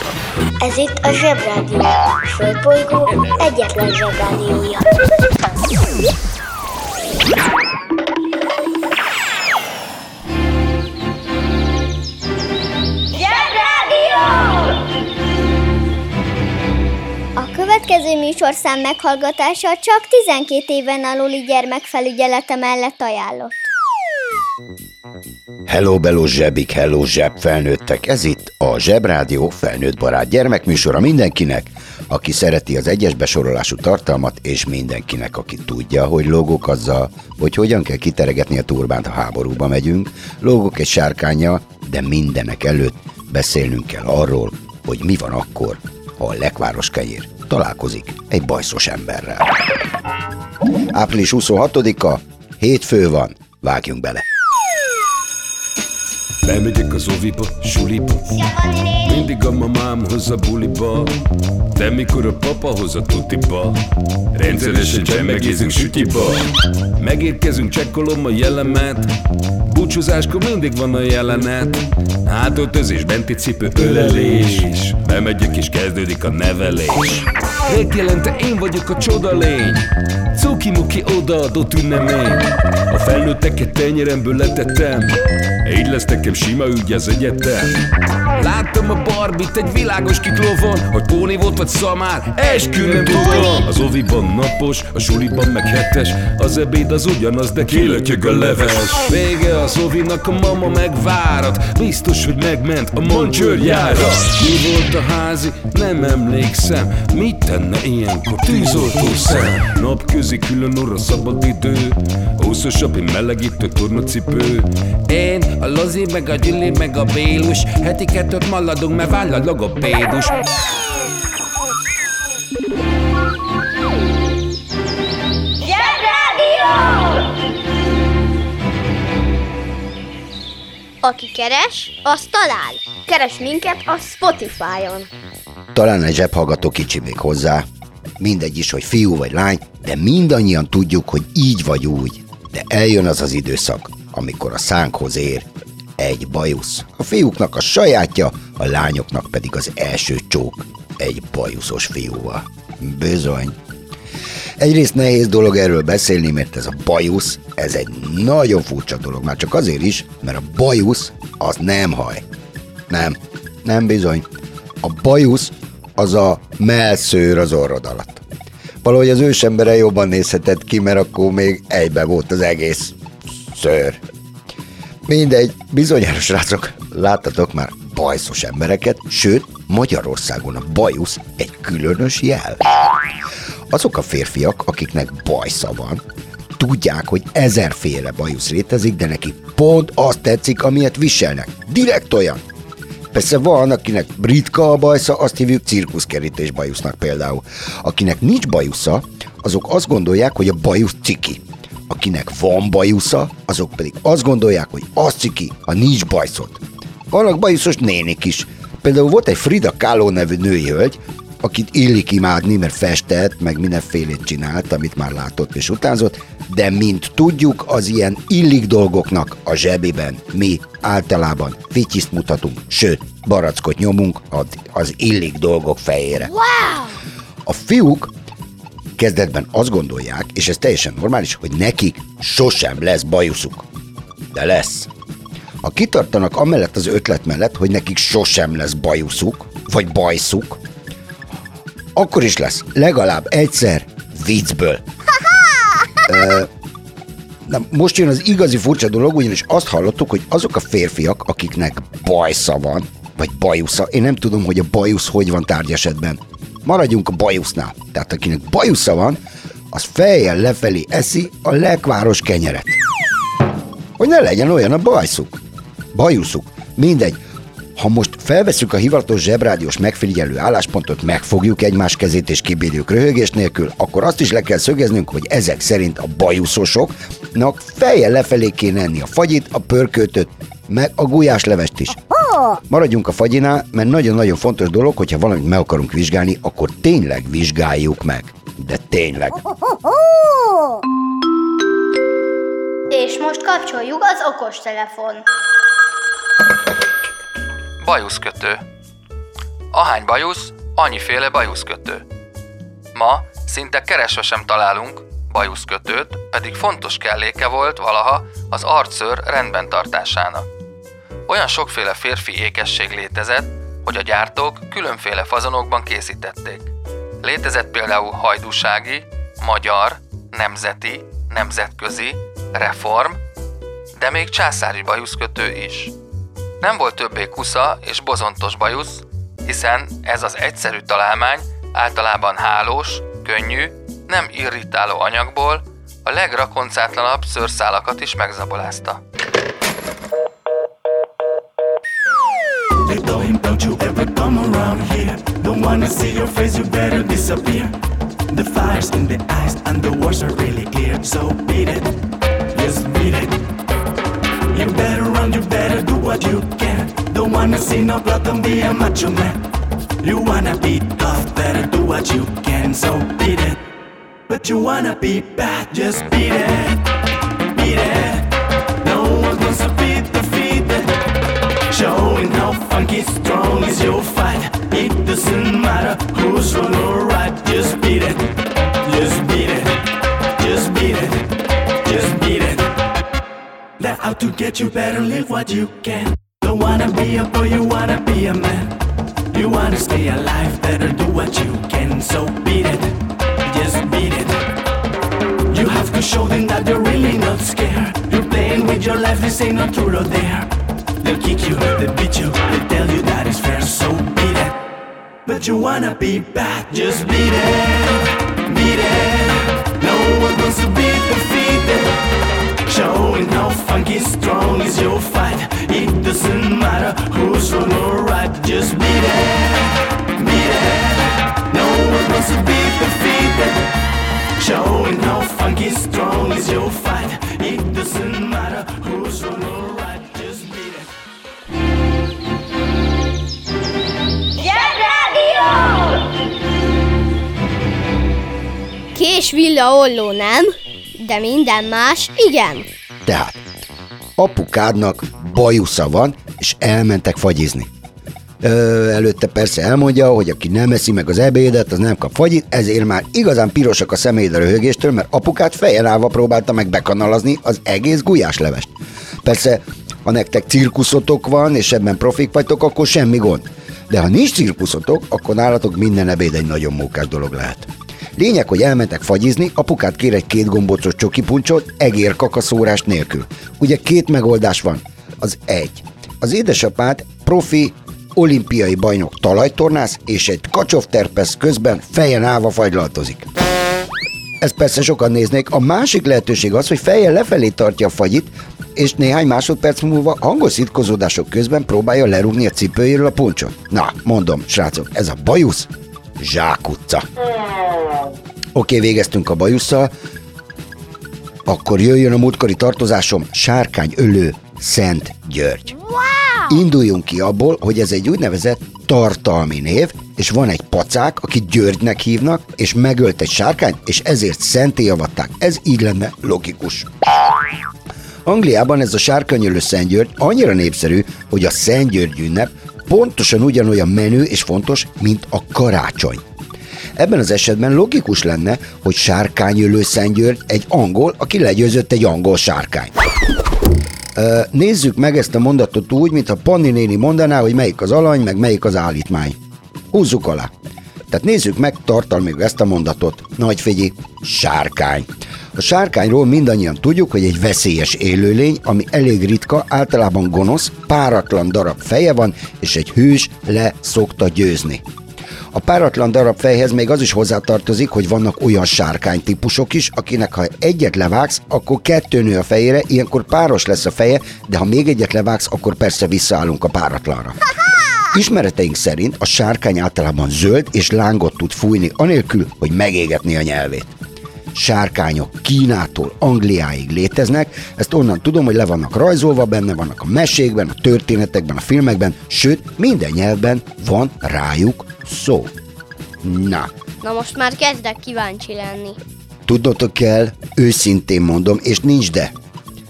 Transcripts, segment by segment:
Ez itt a Zsebrádió, a Földbolygó egyetlen Zsebrádiója. Zsebrádió! A következő műsorszám meghallgatása csak 12 éven aluli gyermekfelügyelete mellett ajánlott. Hello, bello, zsebik, hello, zsebfelnőttek! Ez itt a Zsebrádió felnőttbarát gyermekműsora mindenkinek, aki szereti az egyes besorolású tartalmat, és mindenkinek, aki tudja, hogy lógok azzal, hogy hogyan kell kiteregetni a turbánt, ha háborúba megyünk, lógok egy sárkánnyal, de mindenek előtt beszélnünk kell arról, hogy mi van akkor, ha a lekváros kenyér találkozik egy bajszos emberrel. Április 26-a, hétfő van, vágjunk bele! Bemegyek az oviba, suliba, mindig a mamám hoz a buliba, de mikor a papa hoz a tutiba, rendszeresen csemmegézünk sütiba. Megérkezünk, csekkolom a jellemet, búcsúzáskor mindig van a jelenet, hátöltözés, benti cipő, ölelés, bemegyek és kezdődik a nevelés. Megjelente én vagyok a csodalény, cuki-muki odaadott ünnemény, a felnőtteket tenyeremből letettem, így lesz nekem sima ügy az egyetem. Láttam a Barbit egy világos kiklovon, hogy póni volt vagy szamár, eskü nem tudom. Az oviban napos, a suliban meg hetes, az ebéd az ugyanaz, de kilötyög a leves. Vége az ovinak, a mama megvárat, biztos, hogy megment a mancsőrjára. Mi volt a házi? Nem emlékszem, mit tenne ilyenkor tűzoltó szem? Napközi külön orra szabad idő, úszosabb, én melegítő tornacipő. Én, a Lozi, meg a Gyüli, meg a Bélus, heti kettőt maladunk, mert váll a logopédus. Zsebrádió! Aki keres, az talál. Keres minket a Spotify-on. Talán egy zsebhallgató kicsi még hozzá, mindegy is, hogy fiú vagy lány, de mindannyian tudjuk, hogy így vagy úgy. De eljön az az időszak, amikor a szánkhoz ér egy bajusz. A fiúknak a sajátja, a lányoknak pedig az első csók egy bajuszos fiúval. Bizony. Egyrészt nehéz dolog erről beszélni, mert ez a bajusz, ez egy nagyon furcsa dolog, már csak azért is, mert a bajusz az nem haj. Nem bizony. A bajusz az a mellszőr az orrod alatt. Valahogy az ősembere jobban nézhetett ki, mert akkor még egybe volt az egész szőr. Mindegy, bizonyára srácok, láttatok már bajszos embereket, sőt, Magyarországon a bajusz egy különös jel. Azok a férfiak, akiknek bajsza van, tudják, hogy 1000 féle bajusz létezik, de neki pont azt tetszik, amilyet viselnek. Direkt olyan. Persze van, akinek ritka a bajsza, azt hívjuk cirkuszkerítés bajusznak például. Akinek nincs bajusza, azok azt gondolják, hogy a bajusz ciki. Akinek van bajusza, azok pedig azt gondolják, hogy az ciki, ha nincs bajszod. Vannak bajuszos nénik is. Például volt egy Frida Kahlo nevű női hölgy, akit illik imádni, mert festett, meg mindenfélét csinált, amit már látott és utánzott, de mint tudjuk, az ilyen illik dolgoknak a zsebében mi általában fityiszt mutatunk, sőt, barackot nyomunk az illik dolgok fejére. Wow! A fiúk kezdetben azt gondolják, és ez teljesen normális, hogy nekik sosem lesz bajuszuk. De lesz. Ha kitartanak amellett az ötlet mellett, hogy nekik sosem lesz bajuszuk, vagy bajszuk, akkor is lesz. Legalább egyszer viccből. Na, most jön az igazi furcsa dolog, ugyanis azt hallottuk, hogy azok a férfiak, akiknek bajsza van, vagy bajusza, én nem tudom, hogy a bajusz hogy van tárgyesetben. Maradjunk a bajusznál. Tehát akinek bajusza van, az fejjel lefelé eszi a lekváros kenyeret. Hogy ne legyen olyan a bajuszuk. Mindegy. Ha most felveszünk a hivatalos zsebrádiós megfigyelő álláspontot, megfogjuk egymás kezét és kibírjuk röhögés nélkül, akkor azt is le kell szögeznünk, hogy ezek szerint a bajuszosoknak fejjel lefelé kéne enni a fagyit, a pörköltöt, meg a gulyáslevest is. Maradjunk a fagyinál, mert nagyon-nagyon fontos dolog, hogyha valamit meg akarunk vizsgálni, akkor tényleg vizsgáljuk meg. De tényleg. És most kapcsoljuk az okostelefon. Bajuszkötő. Ahány bajusz, annyiféle bajuszkötő. Ma szinte keresve sem találunk bajuszkötőt, pedig fontos kelléke volt valaha az arcszőr rendben tartásának. Olyan sokféle férfi ékesség létezett, hogy a gyártók különféle fazonokban készítették. Létezett például hajdúsági, magyar, nemzeti, nemzetközi, reform, de még császári bajuszkötő is. Nem volt többé kusza és bozontos bajusz, hiszen ez az egyszerű találmány általában hálós, könnyű, nem irritáló anyagból a legrakoncátlanabb szőrszálakat is megzabolázta. Don't you ever come around here. Don't wanna see your face, you better disappear. The fire's in the eyes and the words are really clear. So beat it, just beat it. You better run, you better do what you can. Don't wanna see no blood, don't be a macho man. You wanna be tough, better do what you can. So beat it, but you wanna be bad, just beat it, beat it. No one wants to be defeated. Showing how funky strong is your fight. It doesn't matter who's wrong or right. Just beat it, just beat it, just beat it, just beat it. They're out to get you, better live what you can. Don't wanna be a boy, you wanna be a man. You wanna stay alive, better do what you can. So beat it, just beat it. You have to show them that you're really not scared. You're playing with your life, this ain't no truth or dare. They'll kick you, they'll beat you, they'll tell you that it's fair, so beat it. But you wanna be bad, just beat it, beat it. No one wants to be defeated. Showing how funky strong is your fight. It doesn't matter who's wrong or right, just beat it, beat it. No one wants to be defeated. Showing how funky strong is your fight. It doesn't matter who's wrong or right, just beat it. Kés, villa, olló nem, de minden más igen. Tehát apukádnak bajusza van, és elmentek fagyizni. Előtte persze elmondja, hogy aki nem eszi meg az ebédet, az nem kap fagyit, ezért már igazán pirosak a személyed a röhögéstől, mert apukát fejen állva próbálta meg bekanalazni az egész gulyáslevest. Persze, ha nektek cirkuszotok van, és ebben profik vagytok, akkor semmi gond. De ha nincs cirkuszotok, akkor nálatok minden ebéd egy nagyon mókás dolog lehet. Lényeg, hogy elmentek fagyizni, apukát kér egy 2 gombócos csokipuncsot, egérkakaszórás nélkül. Ugye 2 megoldás van. Az egy. Az édesapád profi olimpiai bajnok talajtornász, és egy kacsovterpesz közben fejen állva fagylaltozik. Ezt persze sokan néznék. A másik lehetőség az, hogy fejjel lefelé tartja a fagyit, és néhány másodperc múlva hangos szitkozódások közben próbálja lerúgni a cipőjéről a puncsot. Na, mondom, srácok, ez a bajusz zsákutca. Oké, végeztünk a bajusszal, akkor jöjjön a múltkori tartozásom, sárkányölő Szent György. Wow! Induljunk ki abból, hogy ez egy úgynevezett tartalmi név, és van egy pacák, akit Györgynek hívnak, és megölt egy sárkányt, és ezért szentté avatták. Ez így lenne logikus. Angliában ez a sárkányölő Szent György annyira népszerű, hogy a Szent György ünnep pontosan ugyanolyan menő és fontos, mint a karácsony. Ebben az esetben logikus lenne, hogy sárkányölő Szent György egy angol, aki legyőzött egy angol sárkány. Nézzük meg ezt a mondatot úgy, mintha Panni néni mondaná, hogy melyik az alany, meg melyik az állítmány. Húzzuk alá. Tehát nézzük meg tartalmilag ezt a mondatot. Nagy figyi, sárkány. A sárkányról mindannyian tudjuk, hogy egy veszélyes élőlény, ami elég ritka, általában gonosz, páratlan darab feje van, és egy hős le szokta győzni. A páratlan darab fejhez még az is hozzátartozik, hogy vannak olyan sárkánytípusok is, akinek ha egyet levágsz, akkor 2 nő a fejére, ilyenkor páros lesz a feje, de ha még egyet levágsz, akkor persze visszaállunk a páratlanra. Ismereteink szerint a sárkány általában zöld és lángot tud fújni, anélkül, hogy megégetné a nyelvét. Sárkányok Kínától Angliáig léteznek, ezt onnan tudom, hogy le vannak rajzolva, benne vannak a mesékben, a történetekben, a filmekben, sőt, minden nyelvben van rájuk szó. Na most már kezdek kíváncsi lenni. Tudnotok kell, őszintén mondom, és nincs de.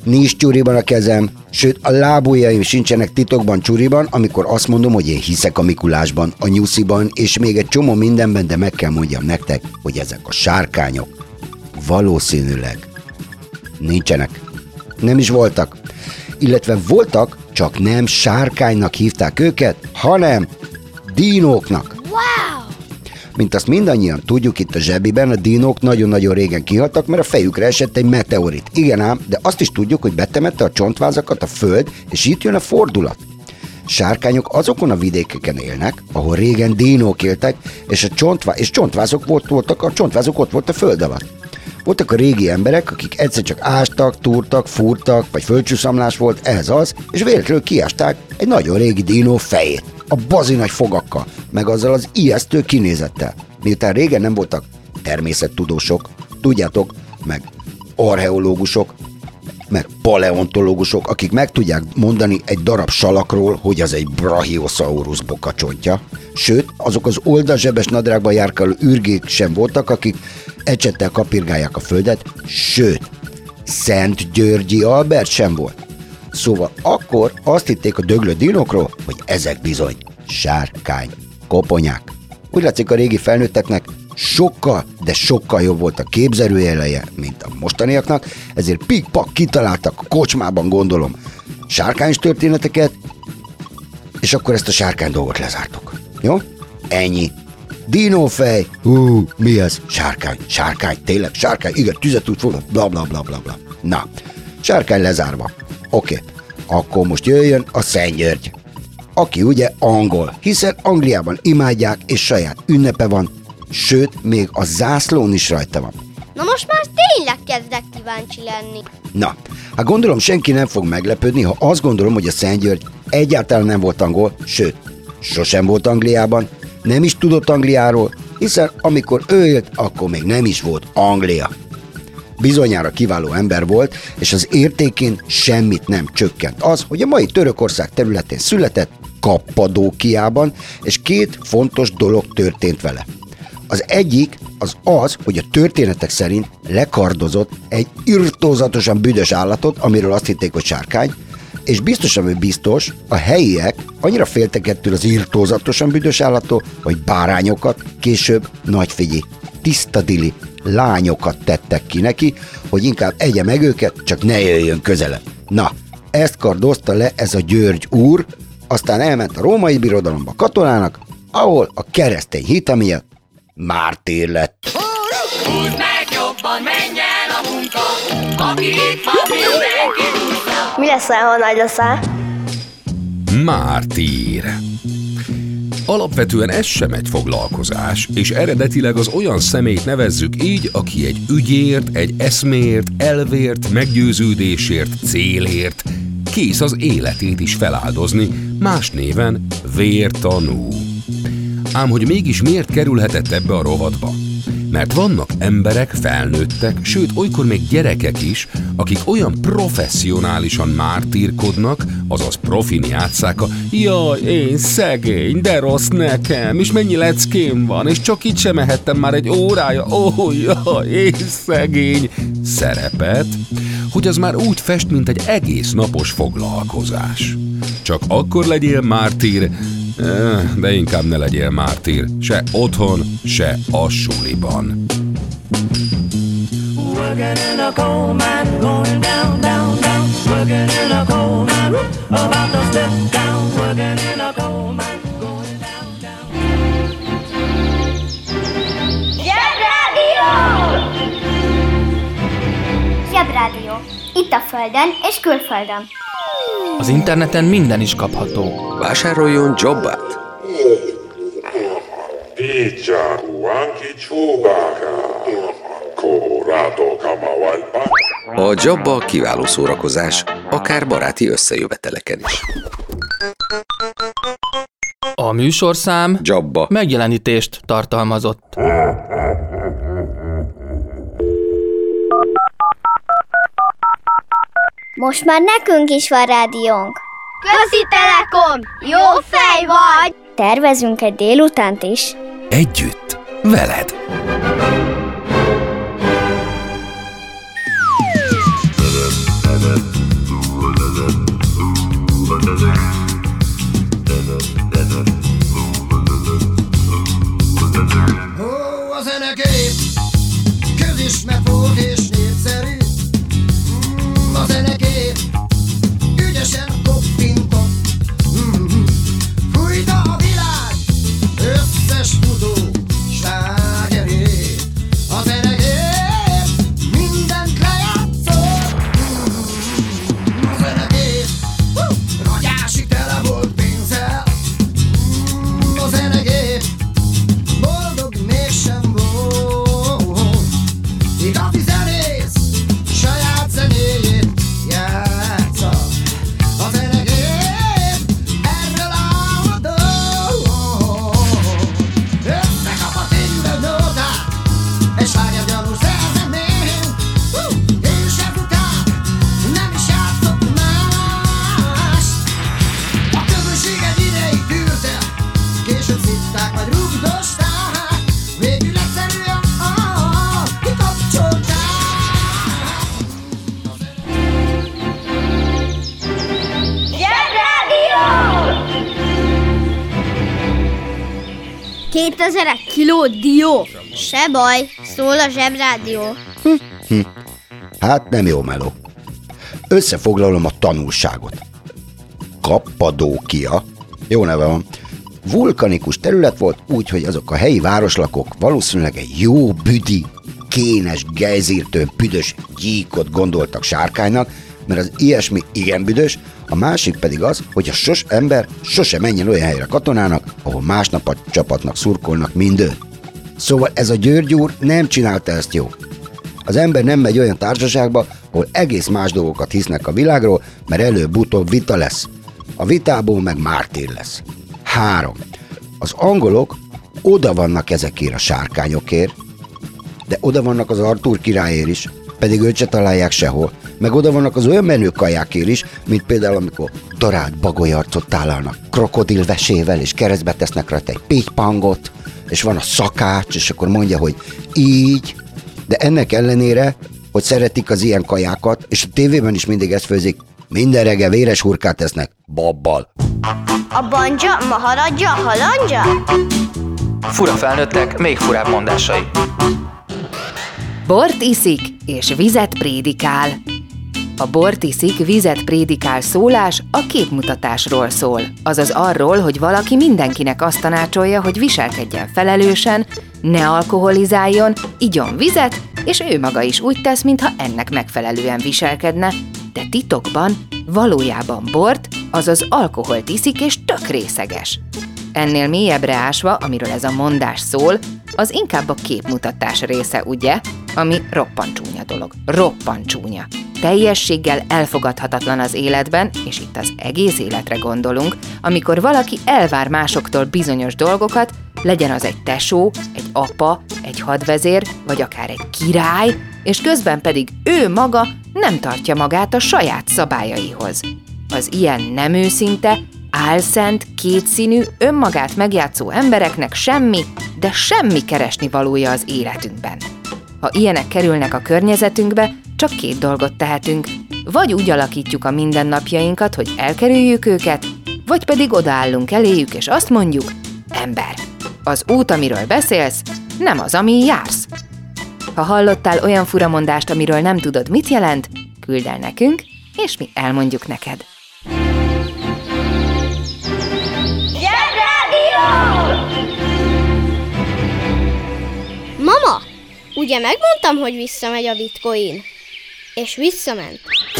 Nincs csuriban a kezem, sőt a lábujjaim sincsenek titokban csuriban, amikor azt mondom, hogy én hiszek a Mikulásban, a nyusziban, és még egy csomó mindenben, de meg kell mondjam nektek, hogy ezek a sárkányok valószínűleg nincsenek. Nem is voltak. Illetve voltak, csak nem sárkánynak hívták őket, hanem dinóknak. Wow! Mint azt mindannyian tudjuk itt a zsebiben, a dinók nagyon-nagyon régen kihaltak, mert a fejükre esett egy meteorit. Igen ám, de azt is tudjuk, hogy betemette a csontvázakat a föld, és itt jön a fordulat. Sárkányok azokon a vidékeken élnek, ahol régen dinók éltek, és csontvázok voltak, a csontvázok ott volt a föld alatt. Voltak a régi emberek, akik egyszer csak ástak, túrtak, fúrtak, vagy földcsúszamlás volt, ez az, és véletlenül kiásták egy nagyon régi dinó fejét, a bazinagy fogakkal, meg azzal az ijesztő kinézettel. Miután régen nem voltak természettudósok, tudjátok, meg archeológusok, meg paleontológusok, akik meg tudják mondani egy darab salakról, hogy az egy Brachiosaurus bokacsontja. Sőt, azok az oldalzsebes nadrágban járkáló ürgék sem voltak, akik ecsettel kapirgálják a földet, sőt, Szent Györgyi Albert sem volt. Szóval akkor azt hitték a döglő dinókról, hogy ezek bizony sárkány koponyák. Úgy látszik, a régi felnőtteknek sokkal, de sokkal jobb volt a képzelőjeleje, mint a mostaniaknak, ezért pik-pak kitaláltak a kocsmában, gondolom, sárkányos történeteket, és akkor ezt a sárkány dolgot lezártuk. Jó? Ennyi. Dinófej, mi ez? Sárkány, tényleg, sárkány, igen, tüzet tud fogni, bla bla bla bla bla. Na, sárkány lezárva. Oké, akkor most jöjjön a Szent György, aki ugye angol, hiszen Angliában imádják, és saját ünnepe van, sőt, még a zászlón is rajta van. Na most már tényleg kezdek kíváncsi lenni. Na, hát gondolom senki nem fog meglepődni, ha azt gondolom, hogy a Szent György egyáltalán nem volt angol, sőt, sosem volt Angliában, nem is tudott Angliáról, hiszen amikor ő élt, akkor még nem is volt Anglia. Bizonyára kiváló ember volt, és az értékén semmit nem csökkent az, hogy a mai Törökország területén született, Kappadókiában, és két fontos dolog történt vele. Az egyik az, hogy a történetek szerint lekardozott egy irtózatosan büdös állatot, amiről azt hitték, hogy sárkány, és biztos, a helyiek annyira féltek ettől az irtózatosan büdös állattól, hogy bárányokat, később tiszta dili lányokat tettek ki neki, hogy inkább egye meg őket, csak ne jöjjön közelebb. Na, ezt kardozta le ez a György úr, aztán elment a római birodalomba katonának, ahol a keresztény hite miatt mártír lett. Húzd meg jobban, menj el a munka, aki itt van, mindenki húzza. Mi leszel, ha nagy leszel? Mártír. Alapvetően ez sem egy foglalkozás, és eredetileg az olyan személyt nevezzük így, aki egy ügyért, egy eszméért, elvért, meggyőződésért, célért kész az életét is feláldozni, más néven vértanú. Ám hogy mégis miért kerülhetett ebbe a rovatba? Mert vannak emberek, felnőttek, sőt olykor még gyerekek is, akik olyan professzionálisan mártírkodnak, azaz profin játsszák a jaj, én szegény, de rossz nekem, és mennyi leckém van, és csak itt sem mehettem már egy órája, jaj, én szegény szerepet, hogy az már úgy fest, mint egy egész napos foglalkozás. Csak akkor legyél mártír, de inkább ne legyél mártír, se otthon, se a suliban. Working in a coal mine, going down, down, down. Working in a coal mine, about to step down. Working in a coal mine, going down, down. Zsebrádió! Zsebrádió. Itt a Földön és külföldön. Az interneten minden is kapható. Vásároljon Jobbát! A Jobba kiváló szórakozás, akár baráti összejöveteleken is. A műsorszám Jobba megjelenítést tartalmazott. Most már nekünk is van rádiónk. Köszi Telekom! Jó fej vagy! Tervezünk egy délutánt is. Együtt, veled! 2000 kiló dió. Se baj, szól a Zsebrádió. Hát nem jó meló. Összefoglalom a tanulságot. Kappadókia, jó neve van, vulkanikus terület volt, úgyhogy azok a helyi városlakók valószínűleg egy jó büdi, kénes, gejzírtő, büdös gyíkot gondoltak sárkánynak, mert az ilyesmi igen büdös, a másik pedig az, hogy a ember sose menjen olyan helyre katonának, ahol másnap a csapatnak szurkolnak, mint ő. Szóval ez a György úr nem csinálta ezt jó. Az ember nem megy olyan társaságba, ahol egész más dolgokat hisznek a világról, mert előbb-utóbb vita lesz. A vitából meg mártír lesz. 3. Az angolok oda vannak ezekért a sárkányokért, de oda vannak az Artúr királyért is, pedig őt se találják sehol, meg oda vannak az olyan menő kajákért is, mint például amikor darált bagolyarcot találnak krokodilvesével, és keresztbe tesznek rajta egy pitypangot, és van a szakács, és akkor mondja, hogy így, de ennek ellenére, hogy szeretik az ilyen kajákat, és a tévében is mindig ezt főzik, minden reggel véres hurkát tesznek babbal. A banja, maharadja, halandja? Fura felnőttek, még furább mondásai. Bort iszik és vizet prédikál. A bort iszik, vizet prédikál szólás a képmutatásról szól, azaz arról, hogy valaki mindenkinek azt tanácsolja, hogy viselkedjen felelősen, ne alkoholizáljon, igyon vizet, és ő maga is úgy tesz, mintha ennek megfelelően viselkedne, de titokban valójában bort, azaz alkoholt iszik és tök részeges. Ennél mélyebbre ásva, amiről ez a mondás szól, az inkább a képmutatás része, ugye? Ami roppant csúnya dolog. Roppant csúnya. Teljességgel elfogadhatatlan az életben, és itt az egész életre gondolunk, amikor valaki elvár másoktól bizonyos dolgokat, legyen az egy tesó, egy apa, egy hadvezér, vagy akár egy király, és közben pedig ő maga nem tartja magát a saját szabályaihoz. Az ilyen nem őszinte, álszent, kétszínű, önmagát megjátszó embereknek semmi, de semmi keresni valója az életünkben. Ha ilyenek kerülnek a környezetünkbe, csak 2 dolgot tehetünk. Vagy úgy alakítjuk a mindennapjainkat, hogy elkerüljük őket, vagy pedig odaállunk eléjük, és azt mondjuk, ember, az út, amiről beszélsz, nem az, amin jársz. Ha hallottál olyan furamondást, amiről nem tudod, mit jelent, küldd el nekünk, és mi elmondjuk neked. Mama, ugye megmondtam, hogy visszamegy a bitcoin? És visszament.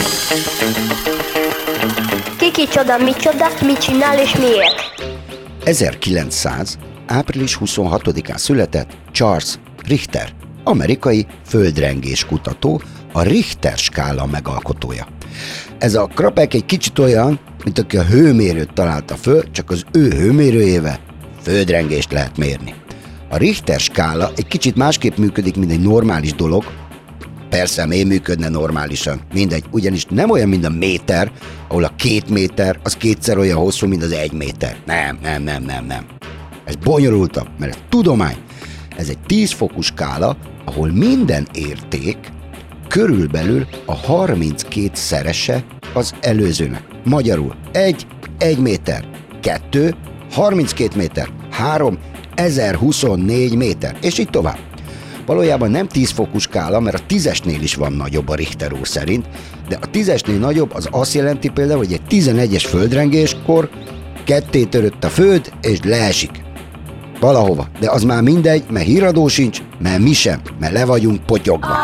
Kicsoda, micsoda, mit csinál és miért? 1900. április 26-án született Charles Richter, amerikai földrengéskutató, a Richter skála megalkotója. Ez a krapek egy kicsit olyan, mint aki a hőmérőt találta föl, csak az ő hőmérőjével földrengést lehet mérni. A Richter skála egy kicsit másképp működik, mint egy normális dolog. Persze, miért működne normálisan? Mindegy, ugyanis nem olyan, mint a méter, ahol a 2 méter az 2-szer olyan hosszú, mint az 1 méter. Nem. Ez bonyolultabb, mert ez tudomány. Ez egy 10 fokú skála, ahol minden érték körülbelül a 32-szerese az előzőnek. Magyarul 1 méter, 2, 32 méter, 3, 1024 méter, és így tovább. Valójában nem 10 fokú skála, mert a 10-esnél is van nagyobb a Richter úr szerint, de a 10-esnél nagyobb az azt jelenti például, hogy egy 11-es földrengéskor ketté törött a föld, és leesik. Valahova, de az már mindegy, mert híradó sincs, mert mi sem, mert le vagyunk potyogva.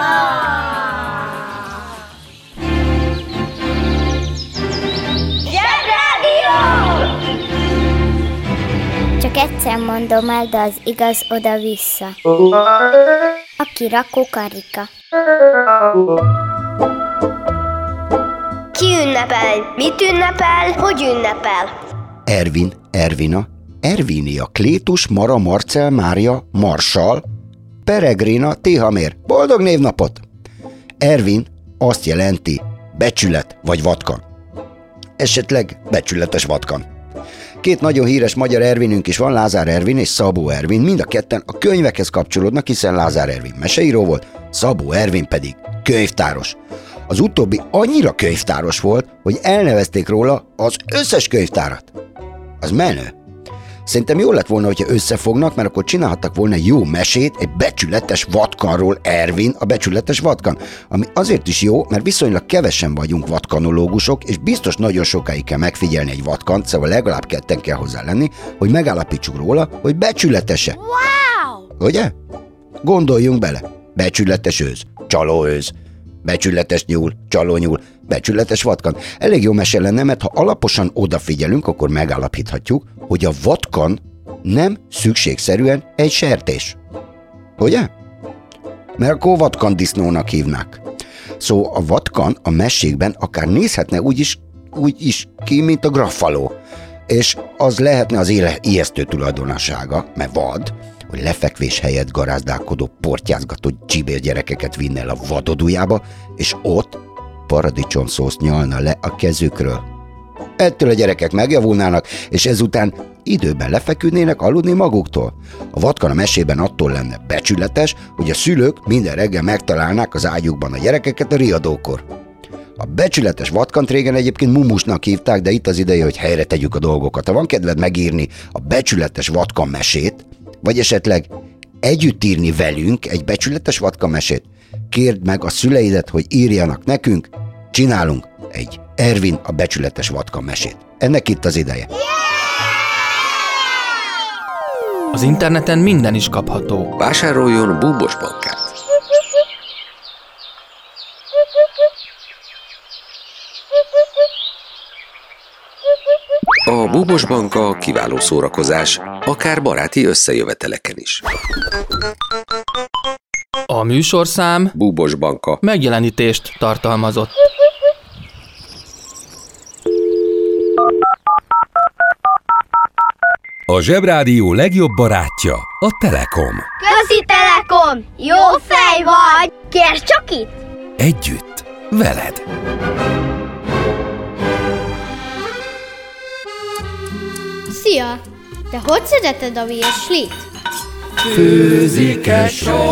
Csak egyszer mondom el, de az igaz oda-vissza. Aki rakó karika. Ki ünnepel? Mit ünnepel? Hogy ünnepel? Ervin, Ervina, Ervinia, Klétus, Mara, Marcel, Mária, Marsal, Peregrina, Tihamér. Boldog névnapot! Ervin azt jelenti becsület vagy vatkan. Esetleg becsületes vatkan. 2 nagyon híres magyar Ervinünk is van, Lázár Ervin és Szabó Ervin. Mind a ketten a könyvekhez kapcsolódnak, hiszen Lázár Ervin meseíró volt, Szabó Ervin pedig könyvtáros. Az utóbbi annyira könyvtáros volt, hogy elnevezték róla az összes könyvtárat. Az menő. Szerintem jó lett volna, hogyha összefognak, mert akkor csinálhattak volna jó mesét egy becsületes vatkanról, Ervin, a becsületes vatkan. Ami azért is jó, mert viszonylag kevesen vagyunk vatkanológusok, és biztos nagyon sokáig kell megfigyelni egy vatkant, szóval legalább ketten kell hozzá lenni, hogy megállapítsuk róla, hogy becsületese. Wow! Ugye? Gondoljunk bele. Becsületes őz, csalóőz, becsületes nyúl, csalónyúl, becsületes vatkan. Elég jó mese lenne, mert ha alaposan odafigyelünk, akkor megállapíthatjuk, hogy a vatkan nem szükségszerűen egy sertés. Ugye? Mert akkor vatkandisznónak hívnák. Szóval a vatkan a mesékben akár nézhetne úgy is ki, mint a graffaló. És az lehetne az ijesztő tulajdonsága, mert vad, hogy lefekvés helyett garázdálkodó, portyázgató csibérgyerekeket vinne el a vadodújába, és ott paradicsomszószt nyalna le a kezükről. Ettől a gyerekek megjavulnának, és ezután időben lefeküdnének aludni maguktól. A vatkan a mesében attól lenne becsületes, hogy a szülők minden reggel megtalálnák az ágyukban a gyerekeket a riadókor. A becsületes vatkant régen egyébként mumusnak hívták, de itt az ideje, hogy helyre tegyük a dolgokat. Ha van kedved megírni a becsületes vatkan mesét, vagy esetleg együtt írni velünk egy becsületes vatkan mesét, kérd meg a szüleidet, hogy írjanak nekünk, csinálunk egy Ervin a becsületes vatkan mesét. Ennek itt az ideje. Az interneten minden is kapható. Vásároljon Búbos Bankát. A Búbos Banka kiváló szórakozás, akár baráti összejöveteleken is. A műsorszám Búbos Banka megjelenítést tartalmazott. A Zsebrádió legjobb barátja a Telekom. Közi Telekom! Jó fej vagy! Kérd csak itt! Együtt, veled. Szia! Te hogy szereted a virslit? Főzik-e só?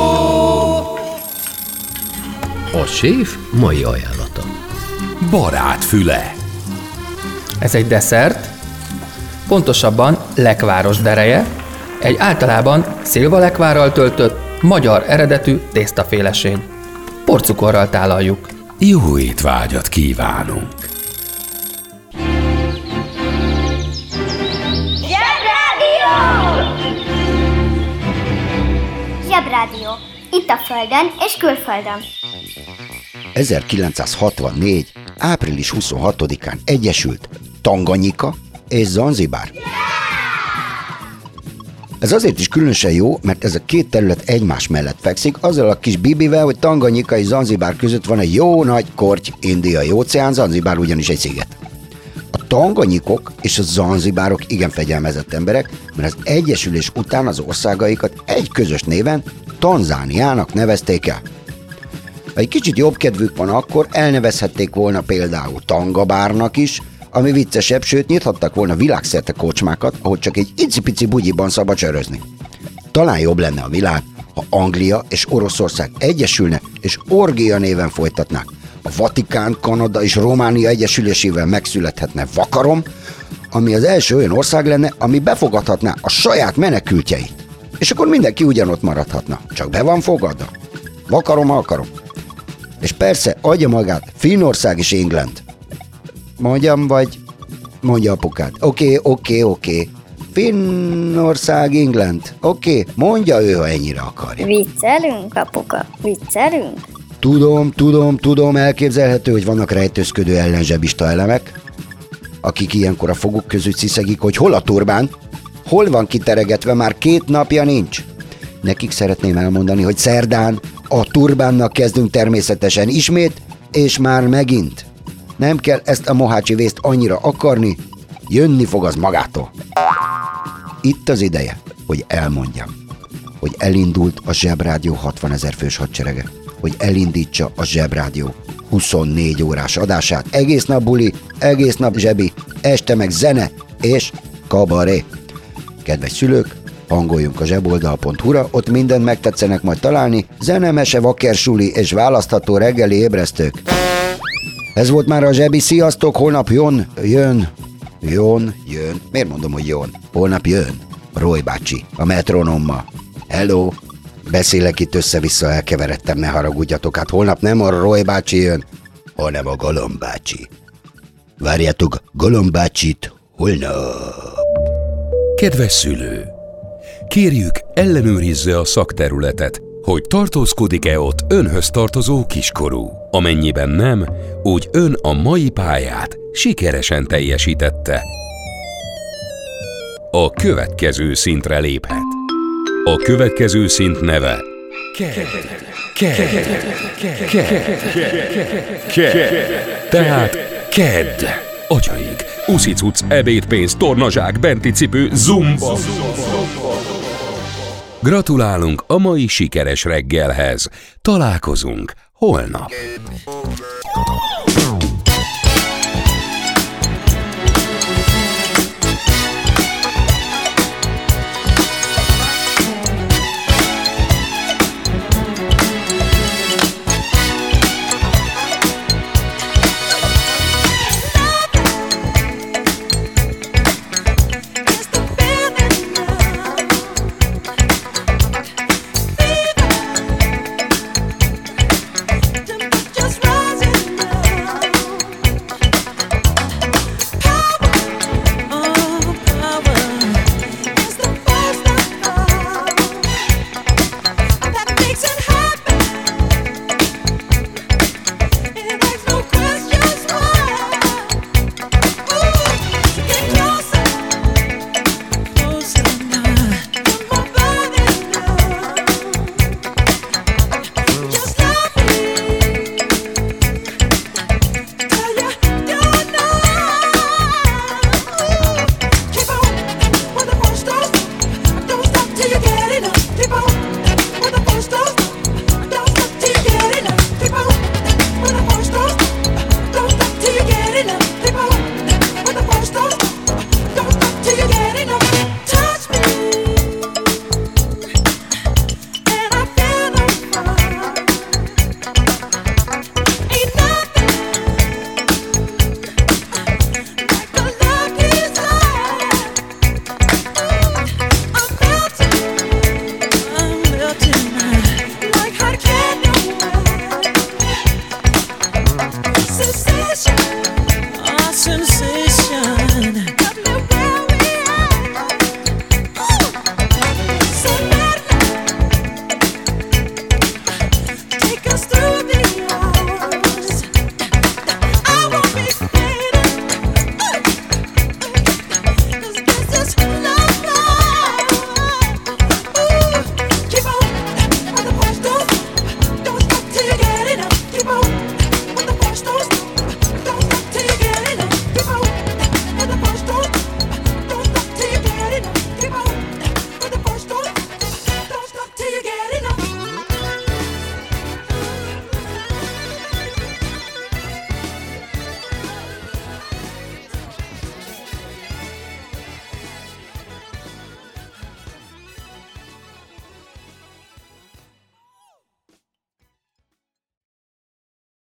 A séf mai ajánlata. Barátfüle. Ez egy desszert, pontosabban lekváros dereje, egy általában szilvalekvárral töltött, magyar eredetű tésztaféleség. Porcukorral tálaljuk. Jó étvágyat kívánunk! Zsebrádió. Itt a Földön és külföldön. 1964. április 26-án egyesült Tanganyika és Zanzibár. Ez azért is különösen jó, mert ez a két terület egymás mellett fekszik, azzal a kis bibivel, hogy Tanganyika és Zanzibár között van egy jó nagy korty indiai óceán, Zanzibár ugyanis egy sziget. A tanganyikok és a zanzibárok igen fegyelmezett emberek, mert az egyesülés után az országaikat egy közös néven Tanzániának nevezték el. Ha egy kicsit jobb kedvük van, akkor elnevezhették volna például Tangabárnak is, ami viccesebb, sőt nyithattak volna világszerte kocsmákat, ahol csak egy icipici bugyiban szabad sörözni. Talán jobb lenne a világ, ha Anglia és Oroszország egyesülne és orgia néven folytatnák. A Vatikán, Kanada és Románia egyesülésével megszülethetne Vakarom, ami az első olyan ország lenne, ami befogadhatná a saját menekültjeit. És akkor mindenki ugyanott maradhatna. Csak be van fogadva. Vakarom, alkarom. És persze adja magát Finnország és England. Mondjam, vagy mondja apukád. Oké. Finnország, England. Oké, mondja ő, ha ennyire akarja. Viccelünk, apuka? Viccelünk? Tudom, elképzelhető, hogy vannak rejtőzködő ellenzsebista elemek, akik ilyenkor a foguk között sziszegik, hogy hol a turbán, hol van kiteregetve, már 2 napja nincs. Nekik szeretném elmondani, hogy szerdán a turbánnak kezdünk természetesen ismét, és már megint. Nem kell ezt a mohácsi vészt annyira akarni, jönni fog az magától. Itt az ideje, hogy elmondjam, hogy elindult a Zsebrádió 60 000 fős hadserege, hogy elindítsa a Zsebrádió 24 órás adását. Egész nap buli, egész nap zsebi, este meg zene és kabaré. Kedves szülők, hangoljunk a zseboldal.hu-ra, ott mindent megtetszenek majd találni, zene, mese, vakersuli és választható reggeli ébresztők. Ez volt már a zsebi, sziasztok, holnap jön. Miért mondom, hogy jön? Holnap jön. Roy bácsi, a metronommal. Hello? Beszélek itt össze-vissza, elkeveredtem, ne haragudjatok. Hát holnap nem a Roy bácsi jön, hanem a Galamb bácsi. Várjátok Galamb bácsit holnap. Kedves szülő! Kérjük, ellenőrizze a szakterületet, hogy tartózkodik-e ott önhöz tartozó kiskorú. Amennyiben nem, úgy ön a mai pályát sikeresen teljesítette. A következő szintre léphet. A következő szint neve Tehát KED. Atyaik, uszicuc, ebédpénz, tornazsák, benti cipő, zumba. Gratulálunk a mai sikeres reggelhez. Találkozunk holnap.